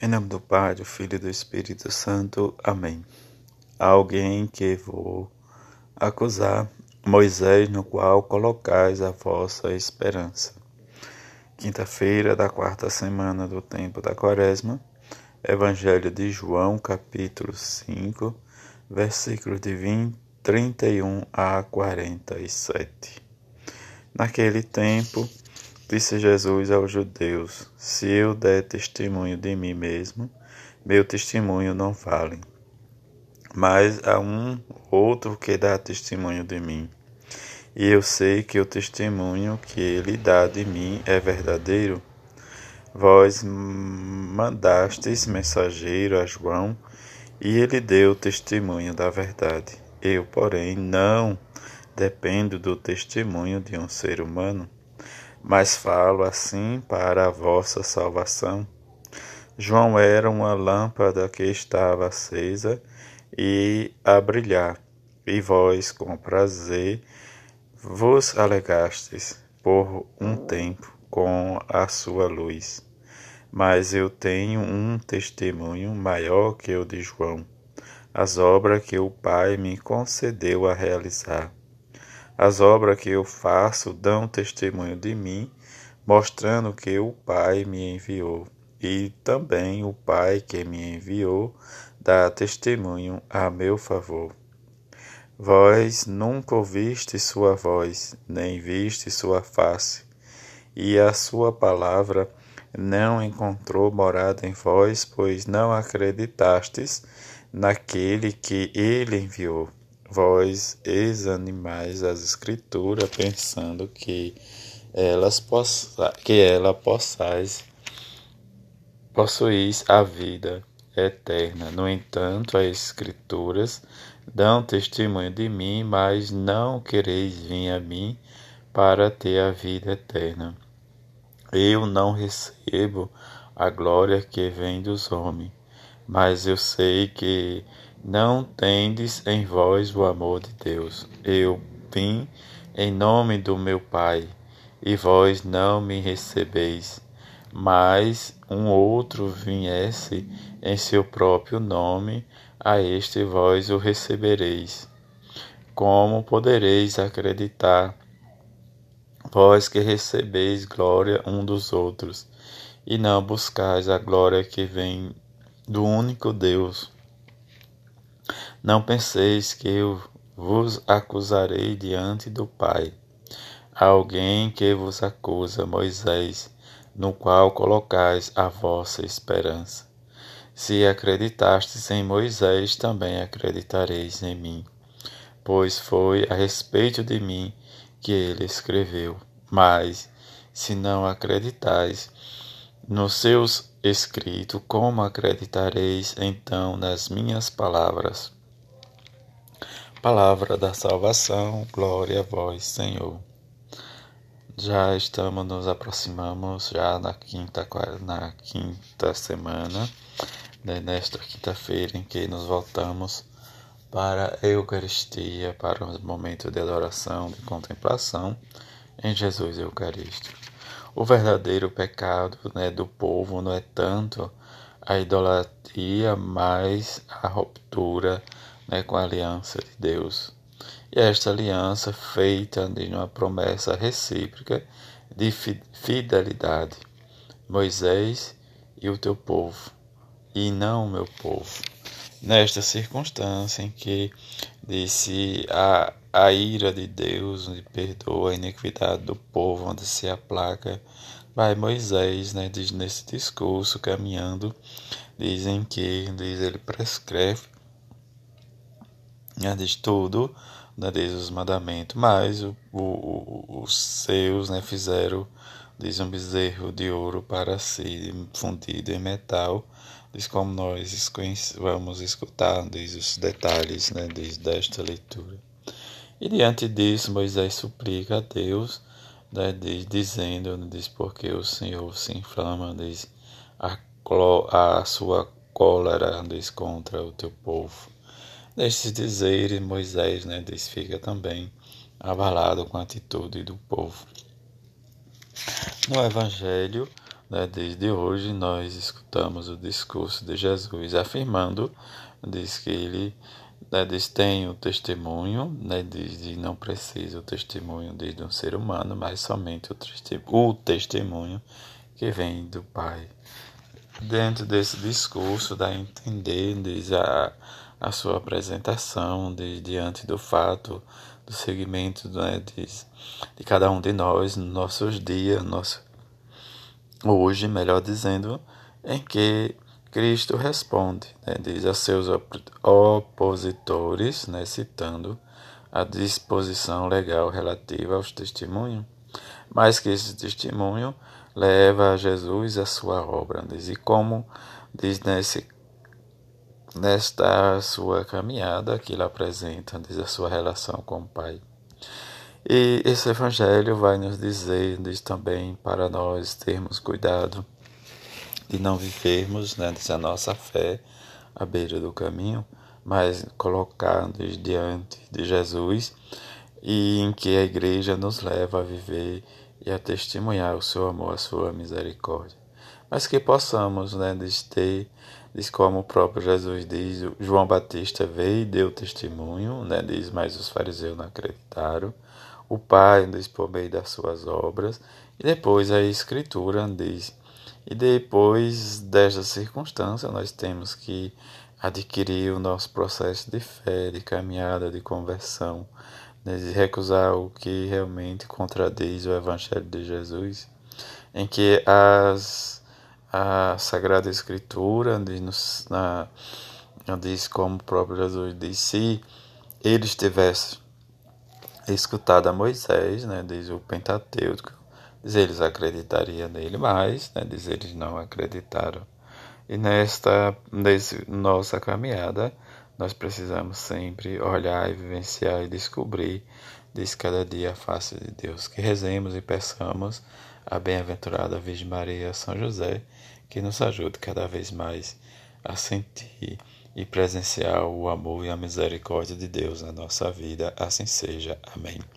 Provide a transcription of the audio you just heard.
Em nome do Pai, do Filho e do Espírito Santo. Amém. Há alguém que vou acusar, Moisés, no qual colocais a vossa esperança. Quinta-feira da quarta semana do tempo da Quaresma, Evangelho de João, capítulo 5, versículos de 31 a 47. Naquele tempo, disse Jesus aos judeus: Se eu der testemunho de mim mesmo, meu testemunho não vale. Mas há um outro que dá testemunho de mim. E eu sei que o testemunho que ele dá de mim é verdadeiro. Vós mandastes mensageiro a João, e ele deu testemunho da verdade. Eu, porém, não dependo do testemunho de um ser humano, mas falo assim para a vossa salvação. João era uma lâmpada que estava acesa e a brilhar, e vós, com prazer, vos alegrastes por um tempo com a sua luz. Mas eu tenho um testemunho maior que o de João, as obras que o Pai me concedeu a realizar. As obras que eu faço dão testemunho de mim, mostrando que o Pai me enviou. E também o Pai que me enviou dá testemunho a meu favor. Vós nunca ouviste sua voz, nem viste sua face, e a sua palavra não encontrou morada em vós, pois não acreditastes naquele que ele enviou. Vós examinais as Escrituras, pensando que ela possuís a vida eterna. No entanto, as Escrituras dão testemunho de mim, mas não quereis vir a mim para ter a vida eterna. Eu não recebo a glória que vem dos homens, mas eu sei que não tendes em vós o amor de Deus. Eu vim em nome do meu Pai, e vós não me recebeis. Mas um outro viesse em seu próprio nome, a este vós o recebereis. Como podereis acreditar, vós que recebeis glória um dos outros, e não buscais a glória que vem do único Deus? Não penseis que eu vos acusarei diante do Pai. Há alguém que vos acusa, Moisés, no qual colocais a vossa esperança. Se acreditastes em Moisés, também acreditareis em mim, pois foi a respeito de mim que ele escreveu. Mas, se não acreditais nos seus escritos, como acreditareis então nas minhas palavras? Palavra da salvação, glória a vós, Senhor. Já estamos nos aproximamos já na quinta semana, nesta quinta-feira em que nos voltamos para a Eucaristia, para o momento de adoração, de contemplação em Jesus Eucarístico. O verdadeiro pecado do povo não é tanto a idolatria, mas a ruptura com a aliança de Deus. E esta aliança feita de uma promessa recíproca de fidelidade. Moisés e o teu povo, e não o meu povo. Nesta circunstância em que disse a ira de Deus, onde perdoa a iniquidade do povo, onde se aplaca, vai Moisés, diz nesse discurso, caminhando, diz ele prescreve, diz tudo, diz os mandamentos, mas os seus fizeram, diz um bezerro de ouro para si, fundido em metal. Diz como nós vamos escutar, diz os detalhes, diz desta leitura. E diante disso, Moisés suplica a Deus, dizendo, porque o Senhor se inflama, diz a sua cólera, diz contra o teu povo. Nestes dizeres, Moisés, fica também abalado com a atitude do povo. No Evangelho, né, desde hoje nós escutamos o discurso de Jesus afirmando, diz que ele, né, diz, tem o testemunho, né, diz que não precisa o testemunho de um ser humano, mas somente o testemunho que vem do Pai. Dentro desse discurso dá a entender, diz a sua apresentação diante do fato do segmento, né, de cada um de nós, nossos dias, hoje, melhor dizendo, em que Cristo responde, né, diz a seus opositores, né, citando a disposição legal relativa aos testemunhos, mas que esse testemunho leva a Jesus a sua obra, diz, e como diz nesta sua caminhada que ele apresenta, diz a sua relação com o Pai. E esse evangelho vai nos dizer, diz também, para nós termos cuidado de não vivermos, né, diz a nossa fé à beira do caminho, mas colocar-nos diante de Jesus, e em que a igreja nos leva a viver e a testemunhar o seu amor, a sua misericórdia. Mas que possamos, né, ter, diz como o próprio Jesus diz, João Batista veio e deu testemunho, né, diz, mas os fariseus não acreditaram. O Pai diz por meio das suas obras, e depois a Escritura diz. E depois desta circunstância, nós temos que adquirir o nosso processo de fé, de caminhada, de conversão, né, de recusar o que realmente contradiz o Evangelho de Jesus, em que a Sagrada Escritura diz como o próprio Jesus disse, se eles tivessem escutado a Moisés, né, diz o Pentateuco, diz eles acreditariam nele, mas, né, diz eles não acreditaram. E nessa nossa caminhada, nós precisamos sempre olhar e vivenciar e descobrir, diz cada dia a face de Deus. Que rezemos e peçamos a bem-aventurada Virgem Maria e São José, que nos ajude cada vez mais a sentir e presenciar o amor e a misericórdia de Deus na nossa vida. Assim seja. Amém.